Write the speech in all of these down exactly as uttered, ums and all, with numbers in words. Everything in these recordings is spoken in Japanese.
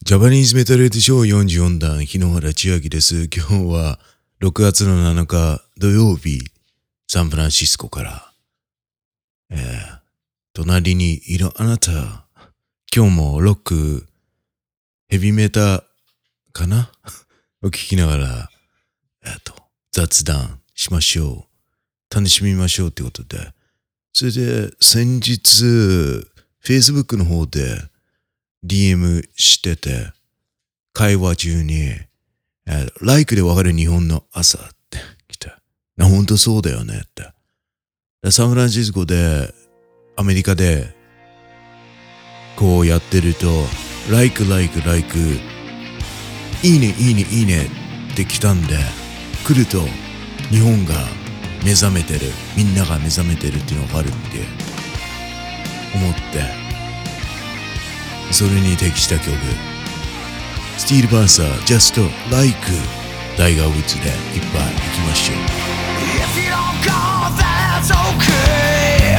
ジャパニーズメタルレディショーよんじゅうよんだん、日野原千秋です。今日はろくがつのなのか土曜日、サンフランシスコから、えー、隣にいるあなた、今日もロック、ヘビメタかなを聞きながら、えーと、雑談しましょう。楽しみましょうってことで。それで、先日、Facebook の方で ディーエム してて、会話中に、えー、ライクでわかる日本の朝って来た。ほんとそうだよねって。サンフランシスコで、アメリカで、こうやってると、like, like, like, いいね、いいね、いいねって来たんで、来ると、日本が目覚めてる、みんなが目覚めてるっていうのがあるって思って、それに適した曲、スティール・バーサー、Just Like タイガー・ウッズでいっぱい行きましょう。If you don't go, that's okay.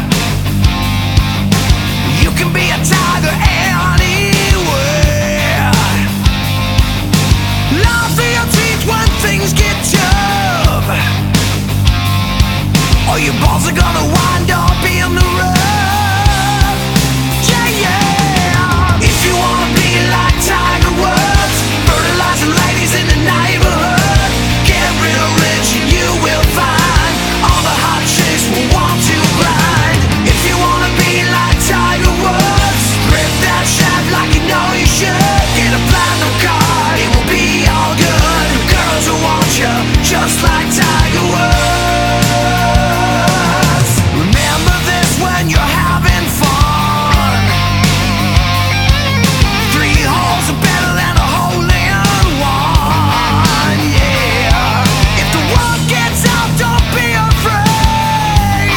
You can be a tiger anywhere. Laugh through your teeth when things get tough. Or your balls are gonna wind up in the rough. Yeah, yeah. If you wanna be like Tiger Woods, fertilizing ladies in the neighborhood, get real rich and you will find all the hot chicks will want to grind. If you wanna be like Tiger Woods, grip that shaft like you know you should. Get a platinum card, it will be all good. Girls will want you just like Tiger Woods. Remember this when you're having fun. Three holes are better than a hole in one, yeah. If the world gets out, don't be afraid.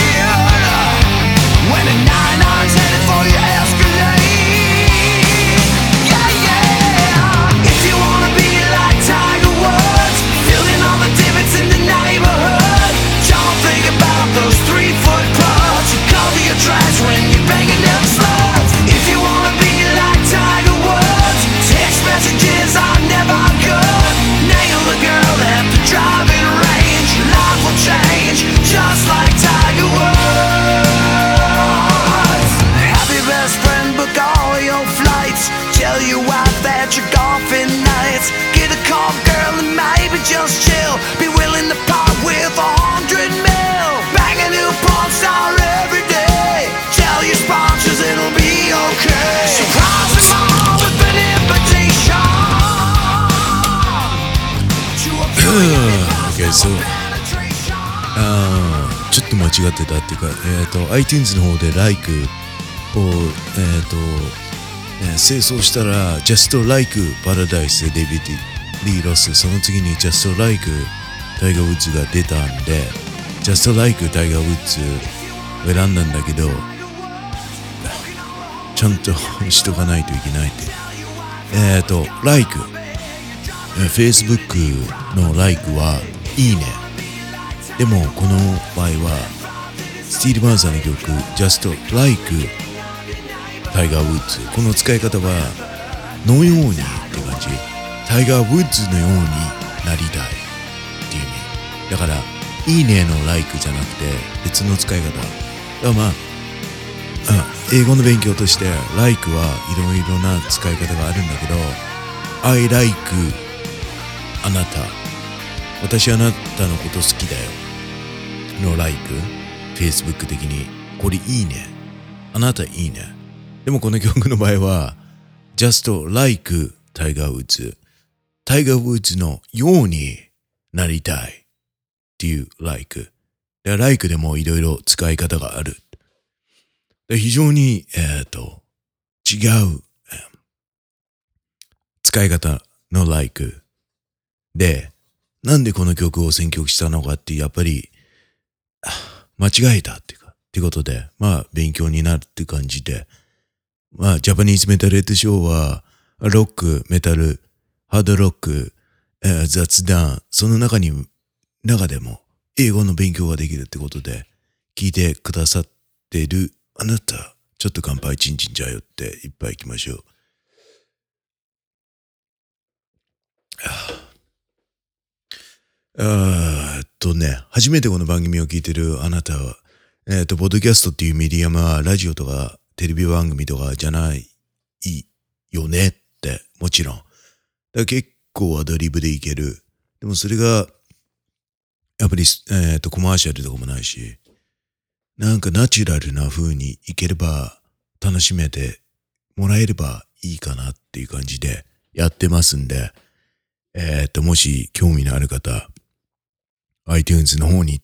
When a nine iron's headed for your Escalade, yeah, yeah. If you wanna be like Tiger Woods, filling all the divots in the neighborhood, don't think about those three-foot putts. You cover your tracks when you're banging them sluts. If you wanna be like Tiger Woods, text messages are never good. Nail the girl at the driving range. Life will change just like Tiger Woods. Have your best friend book all your flights. Tell your wife that you're golfing nights. Get a call, girl, and maybe just chill. Be willing to part with a hundred mil. Bang a new porn star every day. Tell your sponsors it'll be okay. Surprise them all with an invitation to a Okay, so あーちょっと間違ってたっていうか、えっ、ー、と iTunes の方で Like をえっ、ー、と、ね、清掃したら Just Like Paradise でデビューリーロス、その次に Just Like タイガー・ウッズが出たんで Just Like タイガー・ウッズを選んだんだけど、ちゃんとしとかないといけないって。えっ、ー、と Like Facebook の Like はいいね。でもこの場合はスティール・バーンサーの曲 Just Like タイガー・ウッズ、この使い方はのようにって感じ。タイガー・ウッズのようになりたいっていう意味だから、いいねの Like じゃなくて別の使い方だから、まあ、うん、英語の勉強として Like はいろいろな使い方があるんだけど、 I like あなた、私あなたのこと好きだよの Like、 Facebook 的にこれいいね、あなたいいね。でもこの曲の場合は Just Like タイガー・ウッズ、タイガー・ウッズのようになりたいっていう Like で、 Like でもいろいろ使い方がある。で非常に、えー、と違う、えー、使い方の Like で、なんでこの曲を選曲したのかってやっぱり間違えたっていうかってことで、まあ勉強になるって感じで、まあジャパニーズメタルレッドショーはロック、メタル、ハードロック、えー、雑談、その中に中でも英語の勉強ができるってことで、聞いてくださってるあなた、ちょっと乾杯チンチンじゃよっていっぱい行きましょう。 あーっとね、初めてこの番組を聞いてるあなたは、えーっと、ポッドキャストっていうメディアはラジオとかテレビ番組とかじゃないよねって、もちろん。だから結構アドリブでいける。でもそれが、やっぱり、えーっと、コマーシャルとかもないし、なんかナチュラルな風にいければ、楽しめてもらえればいいかなっていう感じでやってますんで、えーっと、もし興味のある方、iTunes の方に行って、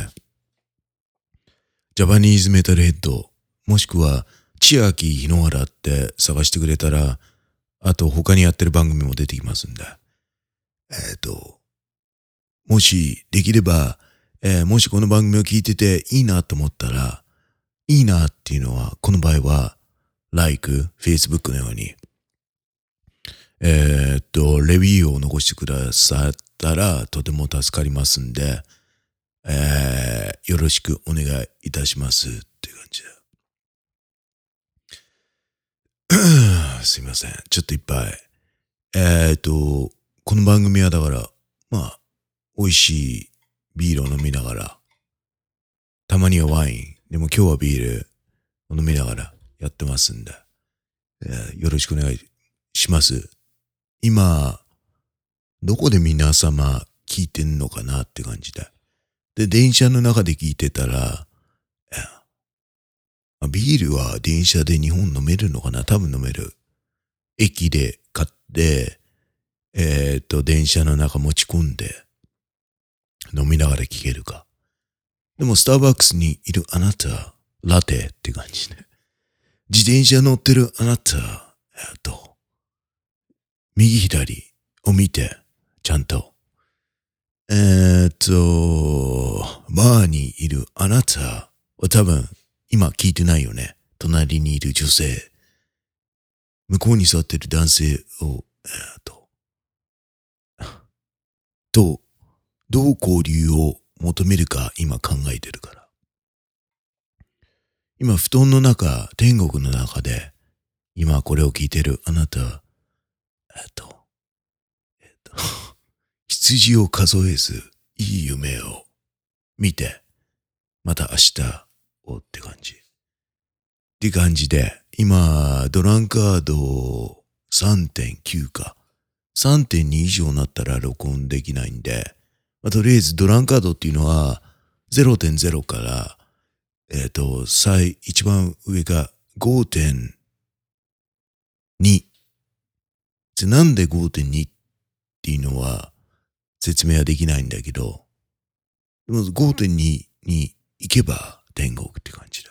ジャパニーズメタルヘッド、もしくは千秋日野原って探してくれたら、あと他にやってる番組も出てきますんで、えっと、もしできれば、えーもしこの番組を聞いてていいなと思ったら、いいなっていうのは、この場合は、Like、Facebook のように、えーっと、レビューを残してくださったらとても助かりますんで、えーよろしくお願いいたしますっていう感じで。すいません。ちょっといっぱい。えーっと、この番組はだから、まあ、美味しいビールを飲みながら、たまにはワイン、でも今日はビールを飲みながらやってますんで、えーよろしくお願いします。今、どこで皆様聞いてんのかなって感じで。で、電車の中で聞いてたら、えービールは電車で日本飲めるのかな？多分飲める。駅で買って、えーっと、電車の中持ち込んで、飲みながら聞けるか。でも、スターバックスにいるあなた、ラテって感じね。自転車乗ってるあなた、えーっと、右左を見て、ちゃんと。えーっと、バーにいるあなたは多分、今聞いてないよね。隣にいる女性。向こうに座ってる男性を、えーっと、と、どう交流を求めるか今考えてるから。今、布団の中、天国の中で、今これを聞いてるあなた、えっと、えっと、羊を数えず、いい夢を見て、また明日をって感じ。って感じで、今、ドランカード さんてんきゅう か。さんてんに 以上になったら録音できないんで、まあ、とりあえずドランカードっていうのは ゼロてんゼロ から、えっと、最、一番上が ごてんに。なんで ごてんに っていうのは説明はできないんだけど、でも ごてんに に行けば天国って感じだ。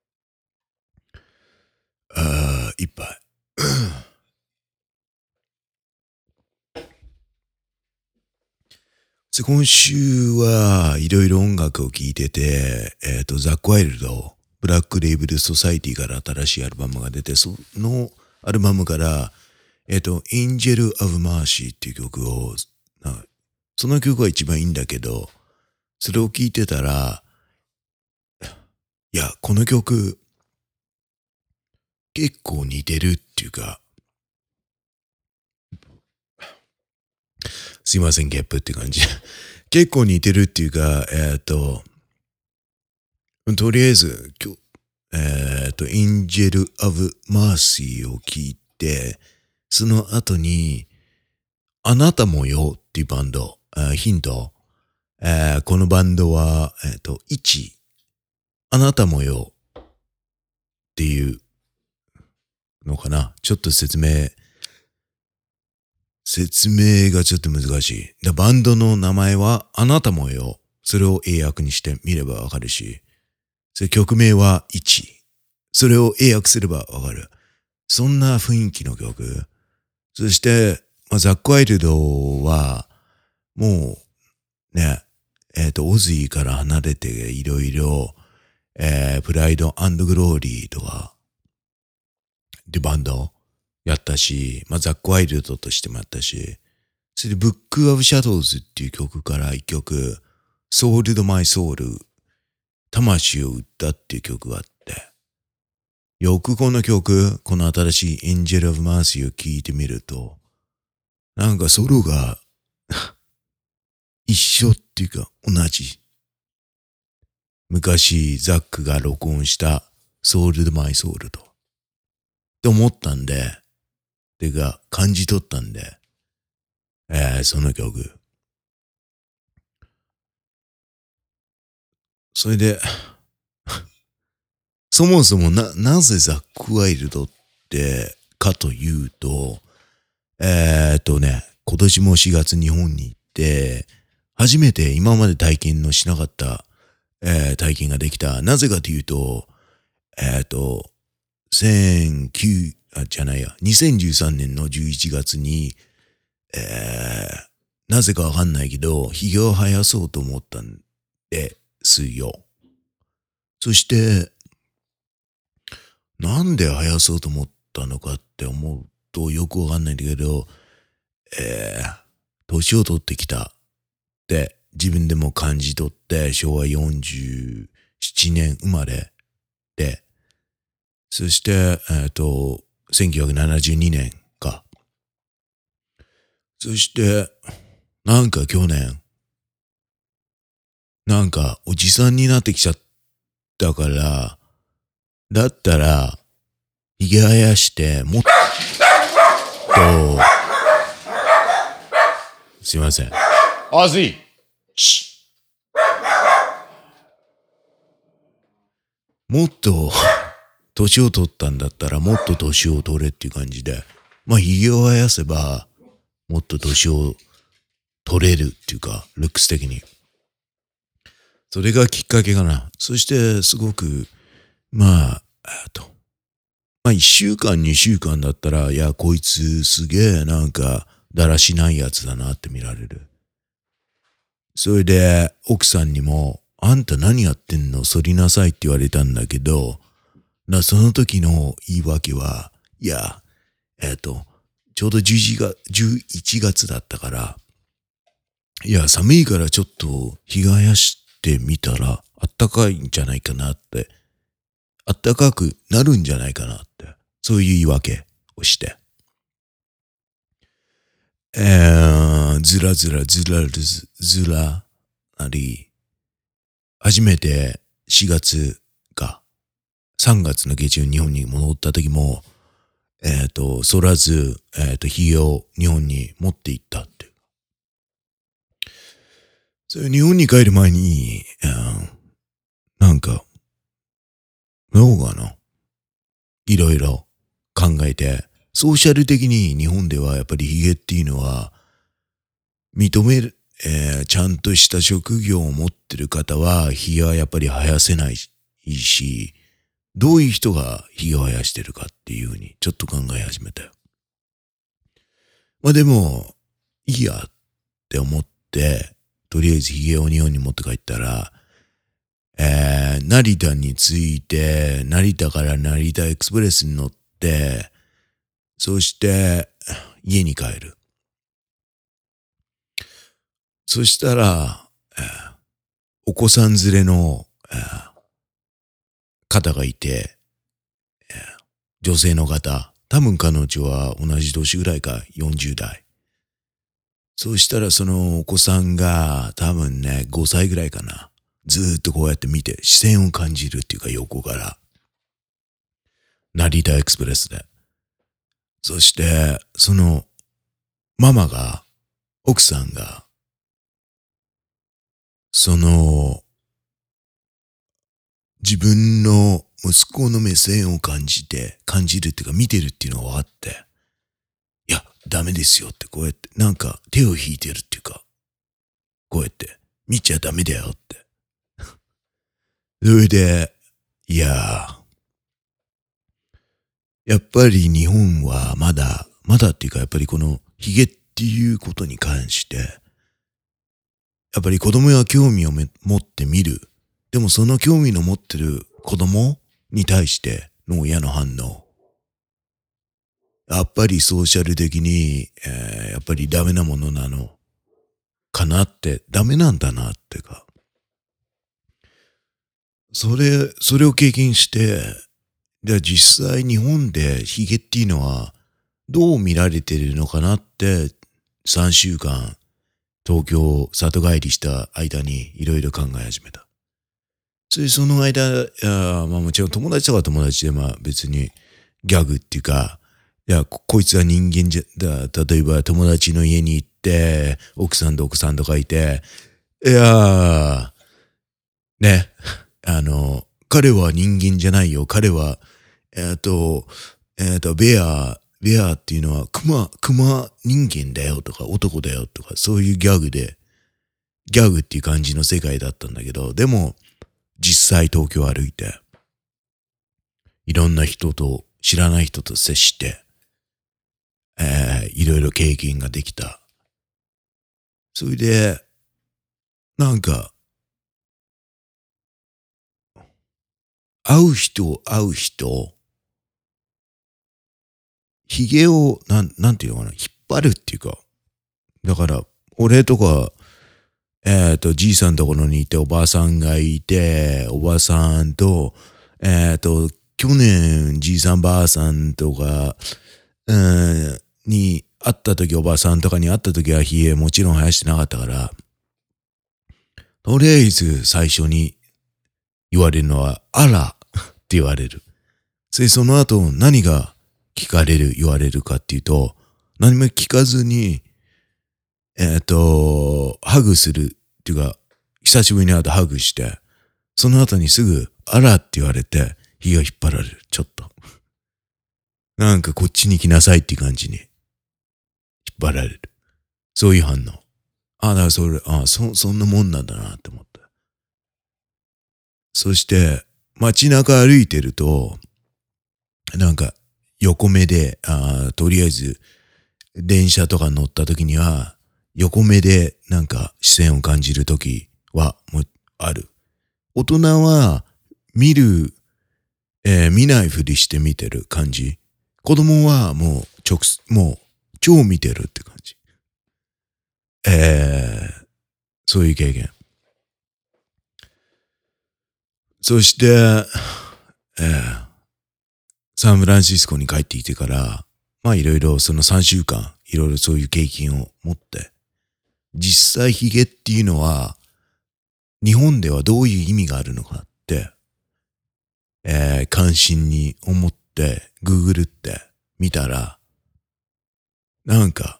あー、いっぱい。今週はいろいろ音楽を聴いてて、えっと、ザック・ワイルド、ブラック・レーブル・ソサイティから新しいアルバムが出て、そのアルバムから、えっと、Angel of Mercy っていう曲を、その曲が一番いいんだけど、それを聴いてたら、いや、この曲、結構似てるっていうか、すいません、ゲップって感じ。結構似てるっていうか、えっと、とりあえず、今日、えっと、Angel of Mercy を聞いて、その後に、あなたもよっていうバンド、ヒント、えーこのバンドは、えっと、いち、あなたもよっていうのかな。ちょっと説明、説明がちょっと難しい。でバンドの名前はあなたもよ。それを英訳にしてみればわかるし、それ曲名はいち。それを英訳すればわかる。そんな雰囲気の曲。そして、まあ、ザック・ワイルドは、もう、ね、えっ、と、オズイから離れていろいろ、えー、プライド&グローリーとか、でバンドやったし、まあ、ザック・ワイルドとしてもやったし、それでブック・オブ・シャドウズっていう曲から一曲、ソウルド・マイ・ソウル、魂を売ったっていう曲があって、よくこの曲、この新しい Angel of Mercy を聴いてみると、なんかソロが一緒っていうか同じ。昔ザックが録音したソウルドマイソウルと。って思ったんで、てか感じ取ったんで、えー、その曲。それで、そもそもな、なぜザック・ワイルドってかというと、えーっとね、今年もしがつ日本に行って、初めて今まで体験のしなかった、えー体験ができた。なぜかというと、えーっと、せんきゅう、あ、じゃないや、にせんじゅうさんねんのじゅういちがつに、えー、なぜかわかんないけど、髭を生やそうと思ったんですよ。そして、なんで生やそうと思ったのかって思うとよくわかんないんだけど、えー、年を取ってきたって自分でも感じ取って、しょうわよんじゅうななねん生まれで、そして、えっと、せんきゅうひゃくななじゅうにねんか。そして、なんか去年、なんかおじさんになってきちゃったから、だったら、髭生やして、もっと、すいません。 アズイもっと、年を取ったんだったら、もっと年を取れっていう感じで、まあ、髭を生やせば、もっと年を取れるっていうか、ルックス的に。それがきっかけかな。そして、すごく、まあ、えっと、まあ、一週間、二週間だったら、いや、こいつすげえなんか、だらしないやつだなって見られる。それで、奥さんにも、あんた何やってんの？剃りなさいって言われたんだけど、なその時の言い訳は、いや、えっと、ちょうどじゅういちがつだったから、いや、寒いからちょっと日がやしてみたら、あったかいんじゃないかなって、あったかくなるんじゃないかなって、そういう言い訳をして、えー、ずらずらずらずずらなり、初めてしがつか、さんがつの下旬日本に戻った時も、えっ、と、剃らず、えっ、と、髭を日本に持って行ったって。それ日本に帰る前に、うん、なんか、どうかな。いろいろ考えて、ソーシャル的に日本ではやっぱり髭っていうのは、認める、えーちゃんとした職業を持ってる方は、髭はやっぱり生やせないし、どういう人が髭を生やしてるかっていうふうにちょっと考え始めたよ。まあでも、いいやって思って、とりあえず髭を日本に持って帰ったら、えー、成田に着いて、成田から成田エクスプレスに乗って、そして家に帰る。そしたら、えーお子さん連れの、えー方がいて、えー女性の方、多分彼女は同じ年ぐらいか、よんじゅう代。そうしたらそのお子さんが多分ね、ごさいぐらいかな。ずーっとこうやって見て、視線を感じるっていうか横から。成田エクスプレスで。そして、その、ママが、奥さんが、その、自分の息子の目線を感じて、感じるっていうか見てるっていうのが分かって、いや、ダメですよってこうやって、なんか手を引いてるっていうか、こうやって、見ちゃダメだよって。それで、いやー、やっぱり日本はまだ、まだっていうかやっぱりこのヒゲっていうことに関して、やっぱり子供は興味をめ持って見る。でもその興味の持ってる子供に対しての親の反応。やっぱりソーシャル的に、えーやっぱりダメなものなのかなって、ダメなんだなってか。それ、それを経験して、で実際日本でヒゲっていうのはどう見られてるのかなってさんしゅうかん東京里帰りした間にいろいろ考え始めた。それでその間、あまあもちろん友達とか友達でまあ別にギャグっていうか、いや、こ、こいつは人間じゃ、だ、例えば友達の家に行って、奥さんと奥さんとかいて、いやー、ね、あの、彼は人間じゃないよ。彼は、えっと、えっと、ベア、ベアっていうのは熊、熊人間だよとか男だよとかそういうギャグで、ギャグっていう感じの世界だったんだけど、でも実際東京歩いて、いろんな人と知らない人と接して、えー、いろいろ経験ができた。それで、なんか、会う人、会う人、髭を、なん、なんていうのかな、引っ張るっていうか、だから、俺とか、えっと、じいさんのところにいて、おばあさんがいて、おばさんと、えっと、去年、じいさんばあさんとか、うん、に会った時、おばあさんとかに会った時は、髭もちろん生やしてなかったから、とりあえず最初に言われるのは、あらって言われる。それその後何が聞かれる、言われるかっていうと、何も聞かずに、えっと、ハグするっていうか、久しぶりに会うとハグして、その後にすぐ、あらって言われて、火が引っ張られる、ちょっと。なんかこっちに来なさいっていう感じに引っ張られる。そういう反応。ああ、だからそれ、ああ、そ、そんなもんなんだなって思った。そして、街中歩いてると、なんか、横目で、あとりあえず、電車とか乗った時には、横目でなんか視線を感じる時はもうある。大人は見る、えー見ないふりして見てる感じ。子供はもう直、もう超見てるって感じ。えー、そういう経験。そして、えーサンフランシスコに帰ってきてから、まあいろいろそのさんしゅうかん、いろいろそういう経験を持って、実際ヒゲっていうのは、日本ではどういう意味があるのかって、えー関心に思って、グーグルって見たら、なんか、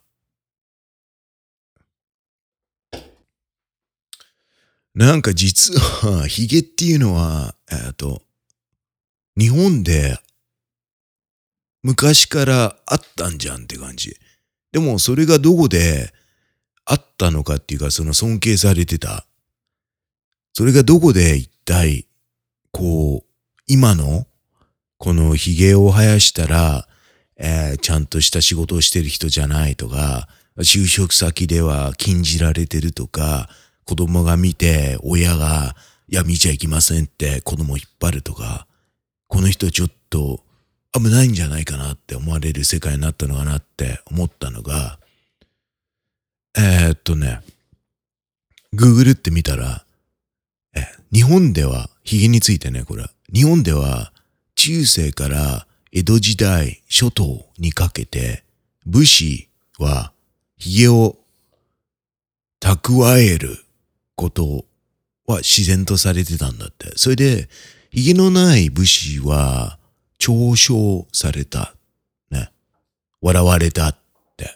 なんか実は、ヒゲっていうのは、えっと、日本で昔からあったんじゃんって感じ。でもそれがどこであったのかっていうか、その尊敬されてた。それがどこで一体、こう、今の、この髭を生やしたら、えーちゃんとした仕事をしてる人じゃないとか、就職先では禁じられてるとか、子供が見て親が、いや見ちゃいけませんって子供を引っ張るとか、この人ちょっと危ないんじゃないかなって思われる世界になったのかなって思ったのが、えーっとね、Google って見たら、え日本では、髭についてね、これ。日本では、中世から江戸時代初頭にかけて、武士は髭を蓄えることは自然とされてたんだって。それで、髭のない武士は嘲笑された。ね。笑われたって。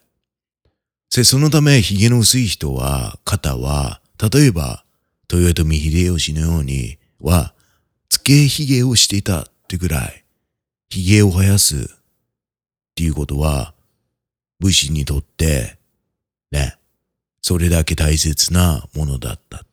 で、そのため、髭の薄い人は、肩は、例えば、豊臣秀吉のようには、つけ髭をしていたってぐらい、髭を生やすっていうことは、武士にとって、ね、それだけ大切なものだったって。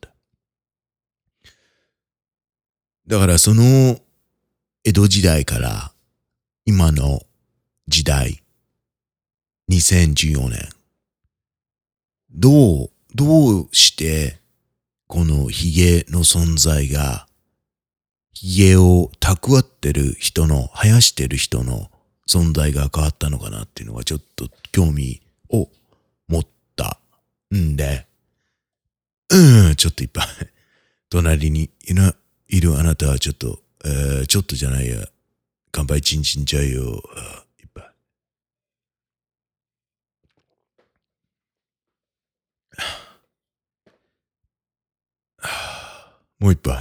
だからその江戸時代から今の時代、にせんじゅうよねん、どう、どうしてこの髭の存在が、髭を蓄ってる人の、生やしてる人の存在が変わったのかなっていうのがちょっと興味を持ったんで、うん、ちょっといっぱい。隣にいる、いるあなたはちょっと、えーちょっとじゃないや、乾杯チンチンちゃいよ、あいっぱい。 もう一杯。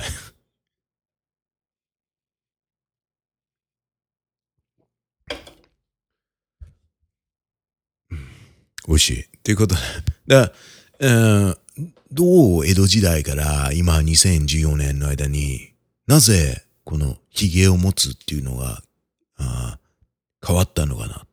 美味しい。ということで。だえー、どう江戸時代から今にせんじゅうよねんの間になぜこの髭を持つっていうのがあ変わったのかなって。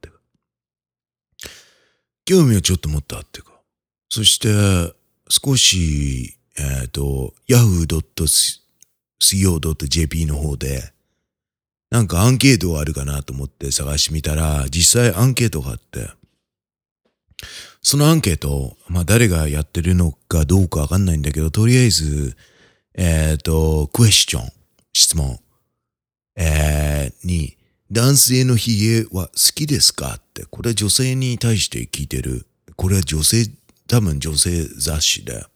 興味をちょっと持ったっていうか。そして少し、えっ、ー、と、ヤフー ドットシーオー ドットジェーピー の方でなんかアンケートがあるかなと思って探してみたら、実際アンケートがあって、そのアンケート、まあ誰がやってるのかどうかわかんないんだけど、とりあえず、えっ、ー、と、クエスチョン、質問、えー、に、男性の髭は好きですかって、これは女性に対して聞いてる。これは女性、多分女性雑誌で。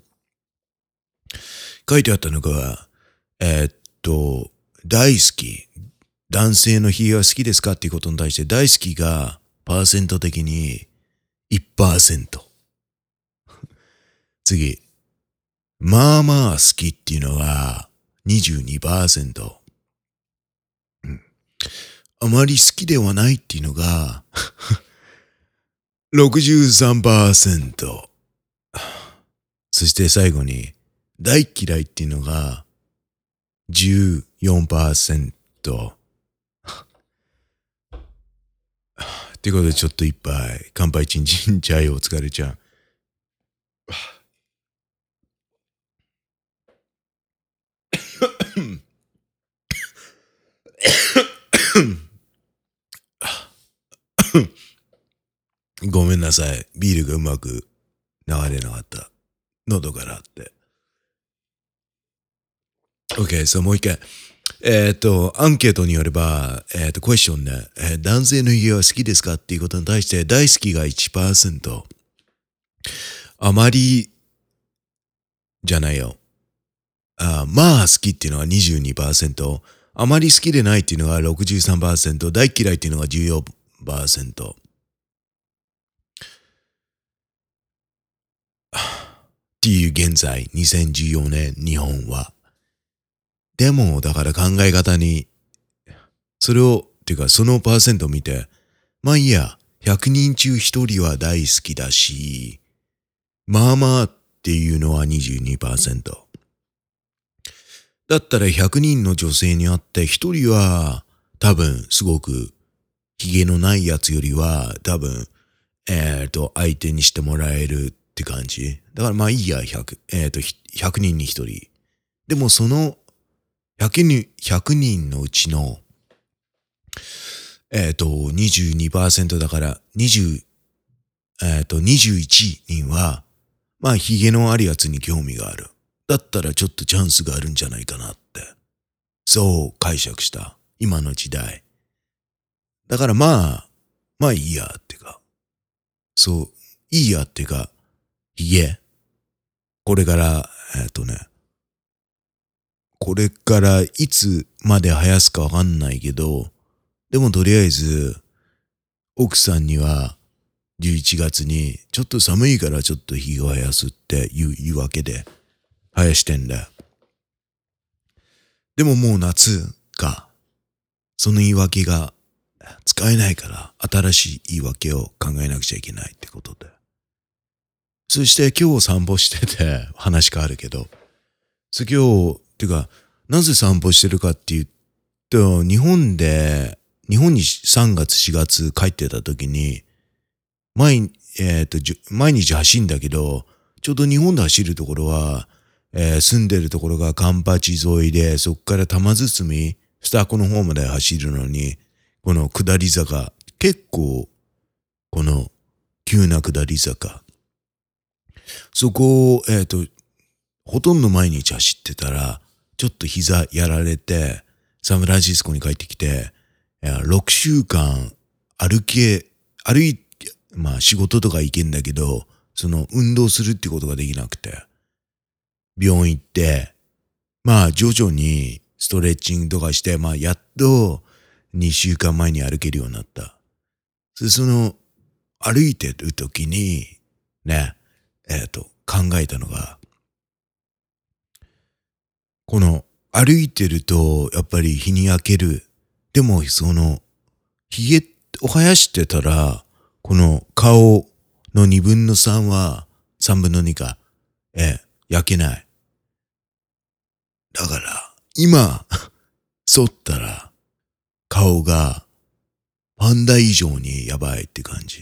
書いてあったのが、えー、っと、大好き。男性の髭は好きですかっていうことに対して大好きがパーセント的にいちパーセント。次。まあまあ好きっていうのは にじゅうにパーセント。うん、あまり好きではないっていうのがろくじゅうさんパーセント。そして最後に大嫌いっていうのがじゅうよんパーセント。っていうことでちょっと一杯乾杯チンチンチャイお疲れちゃん。ごめんなさい。ビールがうまく流れなかった。喉からって。OK、そうもう一回。えっ、ー、と、アンケートによれば、えっ、ー、と、クエスチョンで、えー、男性の髭は好きですかっていうことに対して、大好きが いちパーセント。あまり、じゃないよ。あまあ好きっていうのが にじゅうにパーセント。あまり好きでないっていうのが ろくじゅうさんパーセント。大嫌いっていうのが じゅうよんパーセント。っていう現在、にせんじゅうよねん日本は。でも、だから考え方に、それを、っていうかそのパーセントを見て、まあいいや、ひゃくにん中ひとりは大好きだし、まあまあっていうのは にじゅうにパーセント。だったらひゃくにんの女性に会ってひとりは多分すごく髭のないやつよりは多分、えっ、ー、と、相手にしてもらえるって感じ。だからまあいいや、ひゃく、えっ、ー、と、ひゃくにんにひとり。でもそのひゃくにん、ひゃくにんのうちの、えっ、ー、と、にじゅうにパーセントだから、にじゅう、えっ、ー、と、にじゅういちにんは、まあ、髭のあるやつに興味がある。だったらちょっとチャンスがあるんじゃないかなって。そう解釈した。今の時代。だからまあ、まあいいやってか。そう、いいやってか、髭。これから、えっ、ー、とね、これからいつまで生やすかわかんないけど、でもとりあえず、奥さんにはじゅういちがつにちょっと寒いからちょっと髭を生やすっていう言うわけで生やしてんだ。でももう夏か。その言い訳が使えないから新しい言い訳を考えなくちゃいけないってことで。そして今日散歩してて話変わるけど、今日、っていうか、なぜ散歩してるかっていうと、日本で、日本にさんがつしがつ帰ってた時に、毎、えっ、ー、と、毎日走るんだけど、ちょうど日本で走るところは、えー、住んでるところがカンパチ沿いで、そこから玉堤、スターコの方まで走るのに、この下り坂、結構、この急な下り坂。そこを、えっ、ー、と、ほとんど毎日走ってたら、ちょっと膝やられて、サンフランシスコに帰ってきて、ろくしゅうかん歩け、歩いて、まあ仕事とか行けんだけど、その運動するってことができなくて、病院行って、まあ徐々にストレッチングとかして、まあやっとにしゅうかんまえに歩けるようになった。その歩いてる時に、ね、えっ、ー、と考えたのが、 この歩いてるとやっぱり日に焼ける。でもその髭を生やしてたら、この顔の二分の三は三分の二か、ええ、焼けない。だから今剃ったら顔がパンダ以上にやばいって感じ。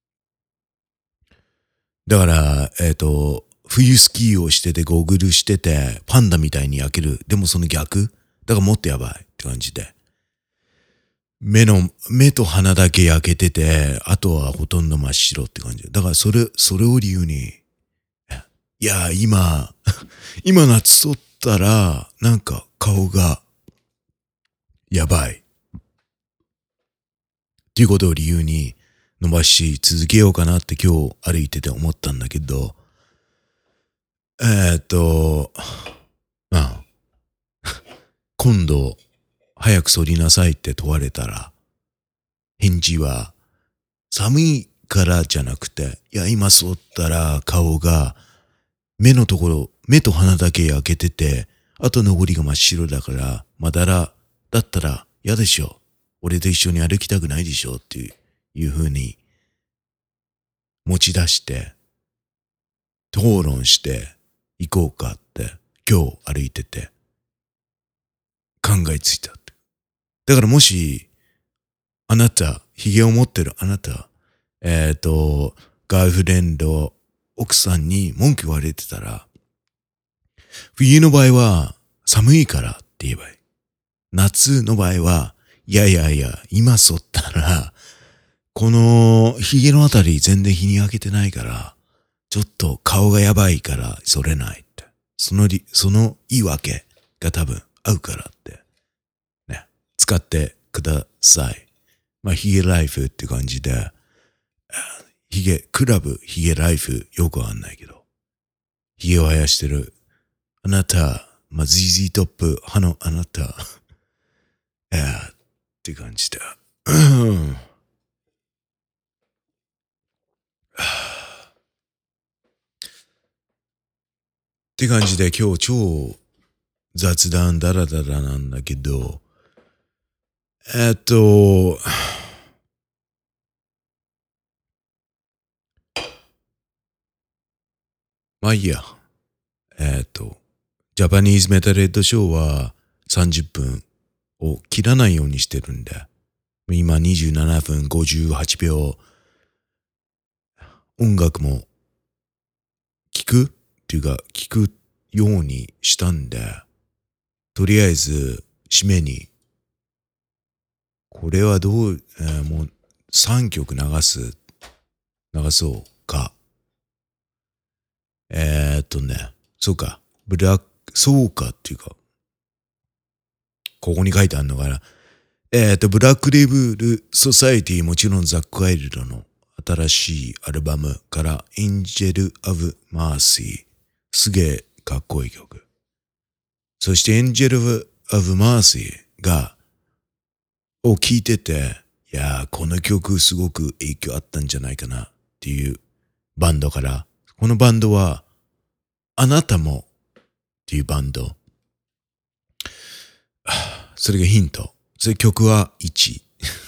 だから、えっと、冬スキーをしてて、ゴーグルしてて、パンダみたいに焼ける。でもその逆。だからもっとやばいって感じで。目の、目と鼻だけ焼けてて、あとはほとんど真っ白って感じ。だからそれ、それを理由に、いや、今、今夏剃ったら、なんか顔が、やばい。っていうことを理由に伸ばし続けようかなって今日歩いてて思ったんだけど、えー、っと、まあ、今度、早く剃りなさいって問われたら、返事は、寒いからじゃなくて、いや、今剃ったら顔が、目のところ、目と鼻だけ焼けてて、あと残りが真っ白だから、まだら、だったら嫌でしょ。俺と一緒に歩きたくないでしょっていう風に持ち出して、討論して行こうかって今日歩いてて考えついたって。だからもし、あなた、髭を持ってるあなた、えっと、ガールフレンド、奥さんに文句言われてたら、冬の場合は寒いからって言えばいい。夏の場合は、いやいやいや、今剃ったら、この髭のあたり全然日に焼けてないから、ちょっと顔がやばいから剃れないって。そのり、その言い訳が多分合うからって。ね。使ってください。まあ、ヒゲライフって感じで、ヒゲ、クラブ、ヒゲライフ、よくわかんないけど、ヒゲを生やしてる、あなた、まあ、ズーズー トップ、歯のあなた、えー、って感じで。って感じで今日超雑談ダラダラなんだけど、えっと、まあいいや。えっと、ジャパニーズメタルヘッドショーはさんじゅっぷんを切らないようにしてるんで、今にじゅうななふんごじゅうはちびょう、音楽も聞くっていうか聞くようにしたんで、とりあえず締めに、これはどう、えー、もうさんきょく流す、流そうか。えー、っとね、そうか、ブラック、そうかっていうか、ここに書いてあるのかな。えー、っと、ブラックレブルソサイティ、もちろんザック・ワイルドの新しいアルバムから、エンジェル・オブ・マーシー。すげえかっこいい曲。そしてエンジェル・オブ・マーシーが、を聞いてて、いやー、この曲すごく影響あったんじゃないかなっていうバンドから、このバンドは、あなたもっていうバンド。それがヒント。それ曲はいち。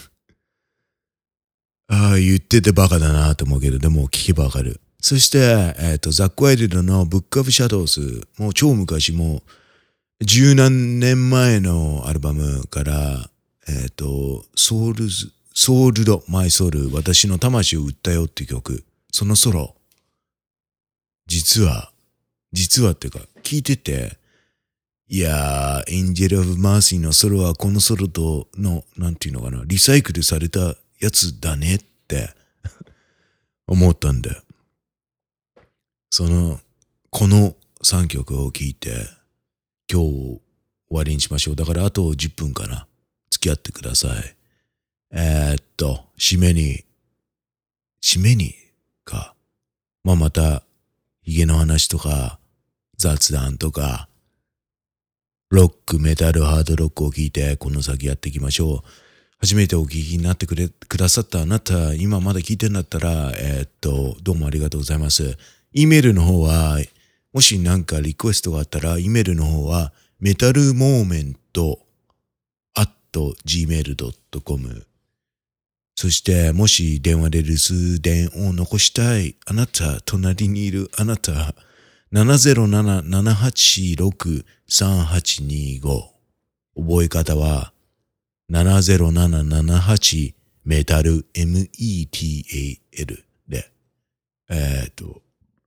ああ、言っててバカだなと思うけど、でも聞けばわかる。そして、えっと、ザック・ワイルドのブック・オブ・シャドウズ、もう超昔、もう十何年前のアルバムから、えっと、ソウルズ、ソウルド・マイ・ソウル、私の魂を売ったよっていう曲、そのソロ、実は、実はっていうか、聞いてて、いやー、エンジェル・オブ・マーシーのソロはこのソロとの、なんていうのかな、リサイクルされたやつだねって思ったんだよ。その、このさんきょくを聴いて、今日終わりにしましょう。だからあとじゅっぷんかな。付き合ってください。えー、っと、締めに、締めにか。まあまた、ヒゲの話とか、雑談とか、ロック、メタル、ハードロックを聞いて、この先やっていきましょう。初めてお聞きになってくれ、くださったあなた、今まだ聞いてんだったら、えー、っと、どうもありがとうございます。E メールの方は、もしなんかリクエストがあったら、E メールの方は、 メタルモーメント アットジーメールドットコム。そしてもし電話で留守電を残したいあなた、隣にいるあなた、ななゼロなな ななはちろく さんはちにご。覚え方はななゼロなな ななはちメタル メタルで、えー、っと、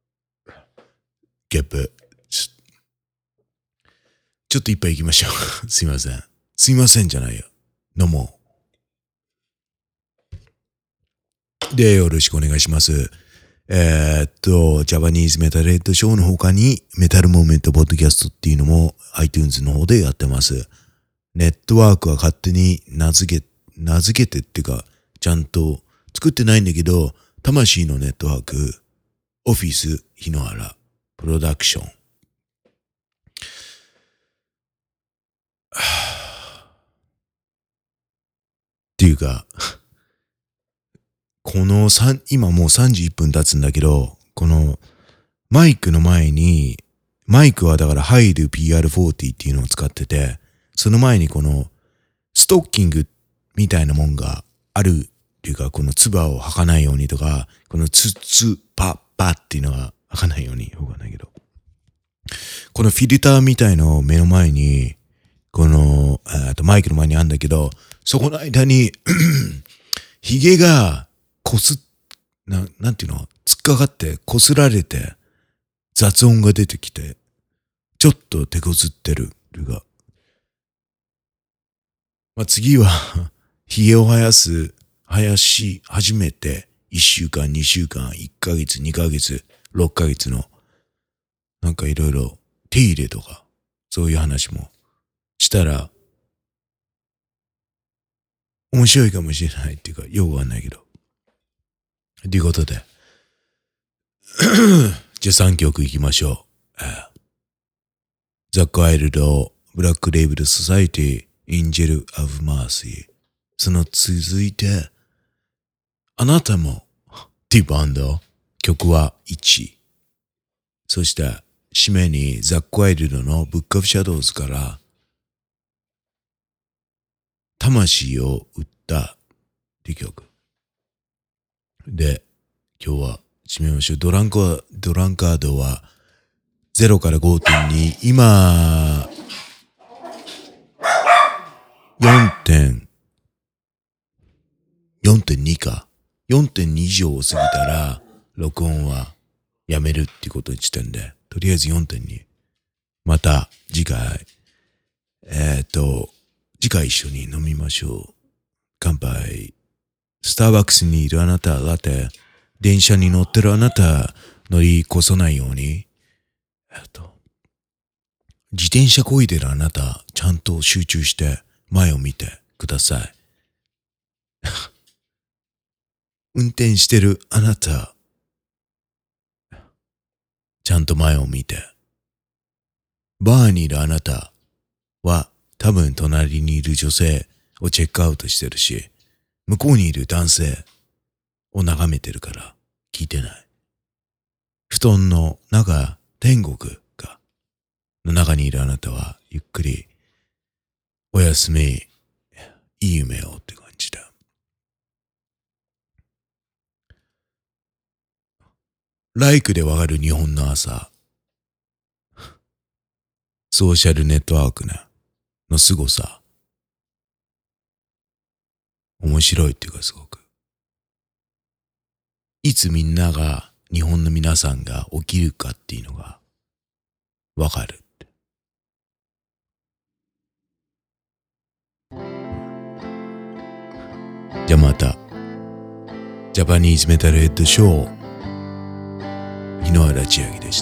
ゲップ。ちょっといっぱい行きましょう。すいません。すいませんじゃないよ。飲もう。で、よろしくお願いします。えー、っと、ジャパニーズメタルレッドショーの他に、メタルモーメントポッドキャストっていうのも iTunes の方でやってます。ネットワークは勝手に名付け、名付けてっていうか、ちゃんと作ってないんだけど、魂のネットワーク、オフィス、日野原、プロダクション。っていうか、この三今もうさんじゅういっぷん経つんだけど、このマイクの前に、マイクはだからハイル ピーアールフォーティー っていうのを使ってて、その前にこのストッキングみたいなもんがあるっていうか、この唾を吐かないようにとか、このツツパッパっていうのが吐かないように、わかんないけど。このフィルターみたいのを目の前に、この、あとマイクの前にあるんだけど、そこの間に、ヒゲがこす、な、なんていうの、突っかかってこすられて、雑音が出てきて、ちょっと手こずってるが。まあ、次は、ヒゲを生やす、生やし始めて、いっしゅうかん、にしゅうかん、いっかげつ、にかげつ、ろっかげつの、なんかいろいろ手入れとか、そういう話もしたら、面白いかもしれないっていうか、よくわかんないけど。ということで、じゃあさんきょくいきましょう。ザック・ワイルド、ブラック・レイブル・ソサイティ、エンジェル・オブ・マーシー。その続いて、あなたも、っていうバンド、曲はいち。そして、締めにザック・ワイルドのブック・オブ・シャドウズから、魂を売ったっていう曲。で、今日は締めましょう。ドランコ、ドランカードはゼロから ごてんに、今、よんてん、よんてんに か。よんてんに 以上を過ぎたら、録音はやめるっていうことにしてんで、とりあえず よんてんに。また次回、えっと、次回一緒に飲みましょう。乾杯。スターバックスにいるあなた、ラテ、電車に乗ってるあなた、乗り越さないように、えっと、自転車漕いでるあなた、ちゃんと集中して前を見てください。運転してるあなた、ちゃんと前を見て。バーにいるあなたは多分隣にいる女性をチェックアウトしてるし、向こうにいる男性を眺めてるから聞いてない。布団の中、天国かの中にいるあなたはゆっくりおやすみ、いい夢をって感じだ。ライクでわかる日本の朝。ソーシャルネットワークねの凄さ。面白いっていうかすごく。いつみんなが、日本の皆さんが起きるかっていうのがわかるって。じゃあまた。ジャパニーズメタルヘッドショー、日野原千秋でした。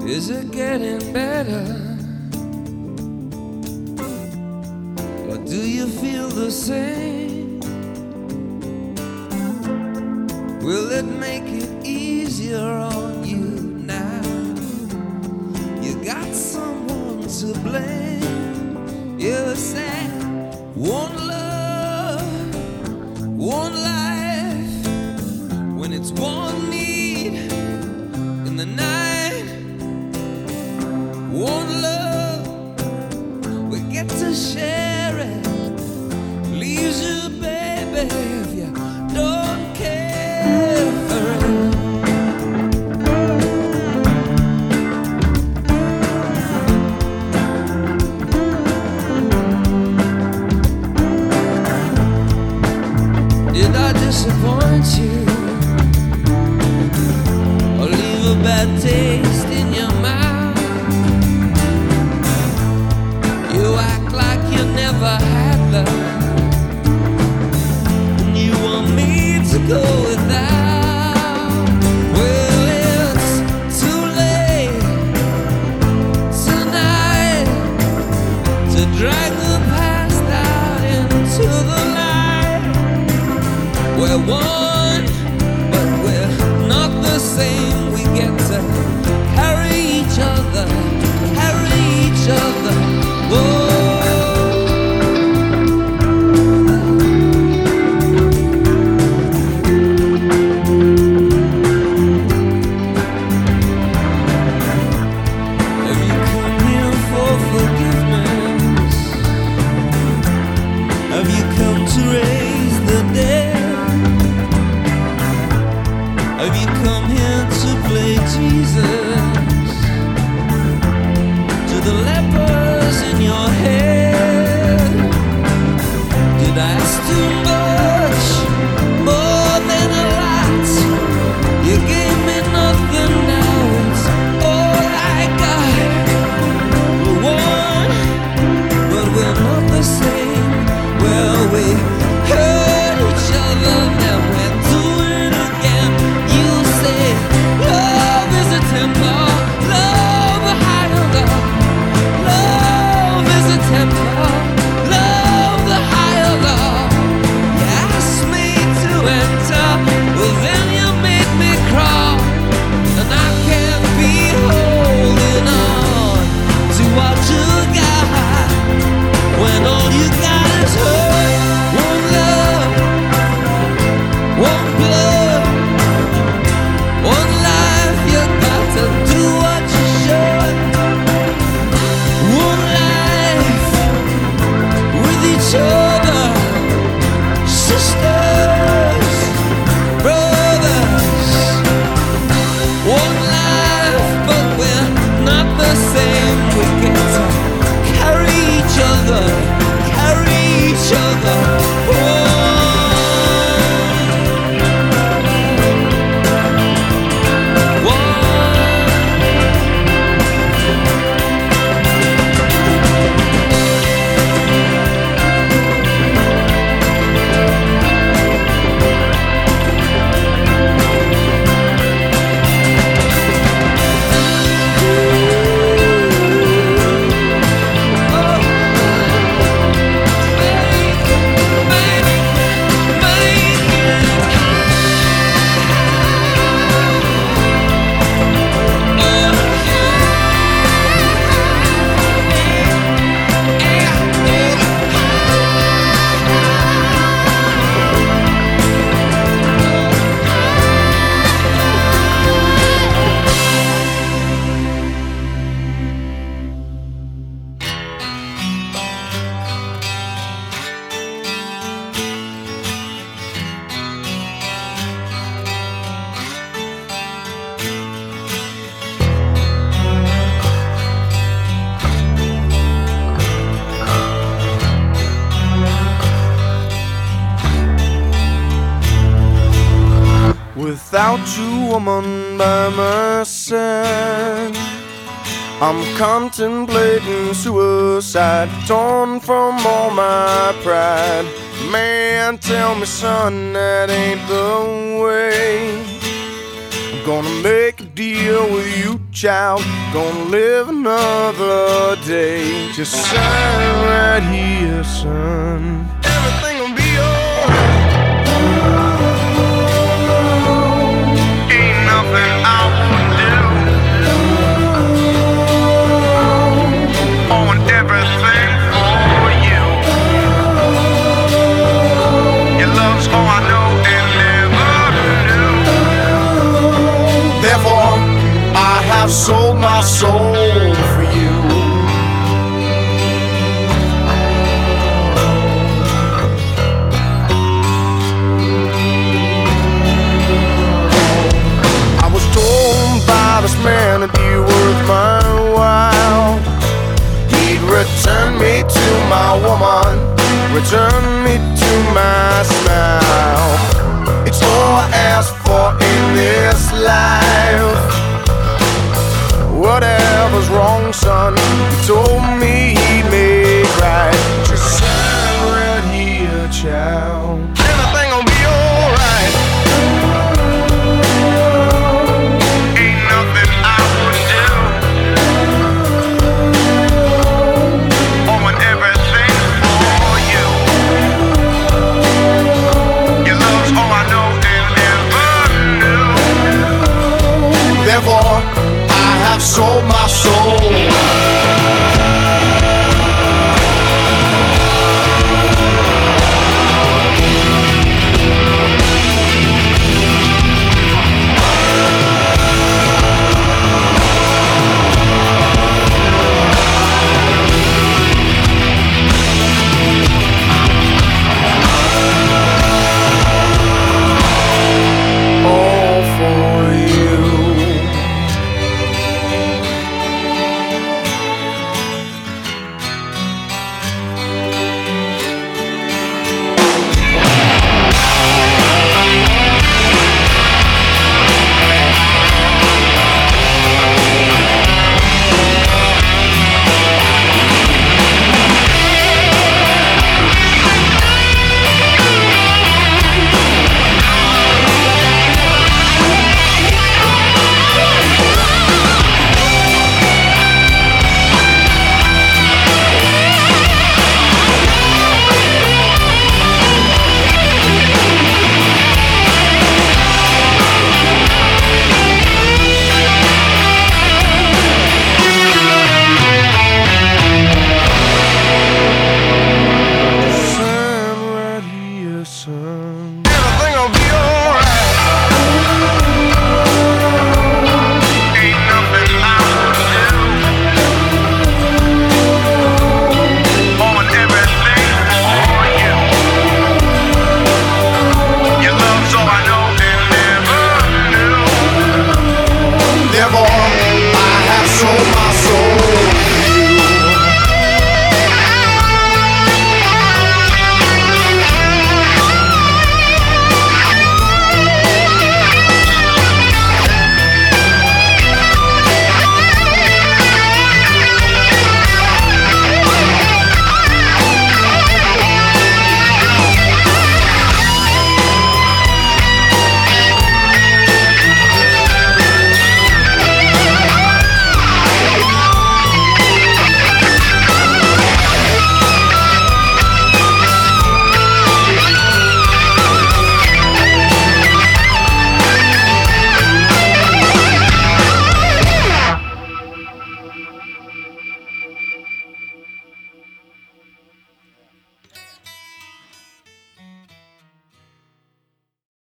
Is it getting better? Or do you feel the same? Will it make it easier on you now? You got someone to blame. You said one love, one life. When it's one need in the night, one love, we get to share it. Leaves you, baby, if you don't care for it. Did I disappoint you? Or leave a bad taste in your mouth? You act like you never had love, and you want me to go without. Well, it's too late tonight to drag the past out into the light. We're one, but we're not the same. We get to carry each other, carry each other. Whoa. Have you come here for forgiveness? Have you come to raise the dead? Have you come here to play Jesus to the lepers in your head? Did I ask too much, more than a lot? You gave me nothing, now it's all I got. We're one, but we're not the same. Well, we hurt each other, now we're doing it again. You say love is a temper, love a higher love. Love is a temper, love the higher love. You asked me to enter, well then you made me crawl, and I can't be holding on to what you got when all you got is hurt. One love, one blood, one life. You got to do what you should. One life with each other, sisters, brothers. One life, but we're not the same. We get to carry each other, carry each other. One. Without you, woman, by my side, I'm contemplating suicide, torn from all my pride. Man, tell me, son, that ain't the way. I'm gonna make a deal with you child. Gonna live another day. Just sign right here, son. Everything will be alright. Ain't nothing I won't do. I want everything for you. Your love's all I know and never knew. Therefore, I have sold my soul for you. I was told by this man to be worth my while. He'd return me to my woman, return me to my smile. It's all I ask for in this life. Whatever's wrong, son, he told me he'd make right. Just sign right here, child. Everything'll be alright. Ain't nothing I wouldn't do. I want everything for you. Your love's all I know and never knew. Therefore, I have sold my soul.